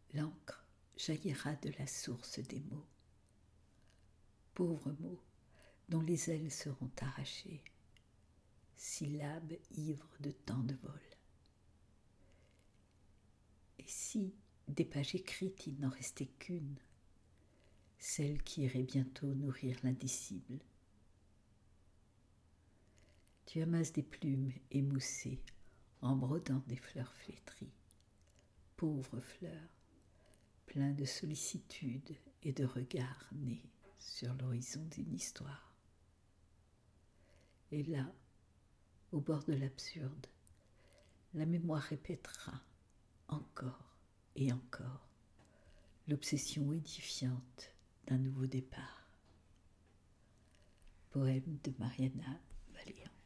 l'encre jaillira de la source des mots. Pauvres mots dont les ailes seront arrachées, syllabes ivres de tant de vol. Et si, des pages écrites, il n'en restait qu'une, celle qui irait bientôt nourrir l'indicible. Tu amasses des plumes émoussées en brodant des fleurs flétries, pauvres fleurs, pleins de sollicitude et de regards nés sur l'horizon d'une histoire. Et là, au bord de l'absurde, la mémoire répétera encore et encore l'obsession édifiante d'un nouveau départ. Poème de Mariana Valéan.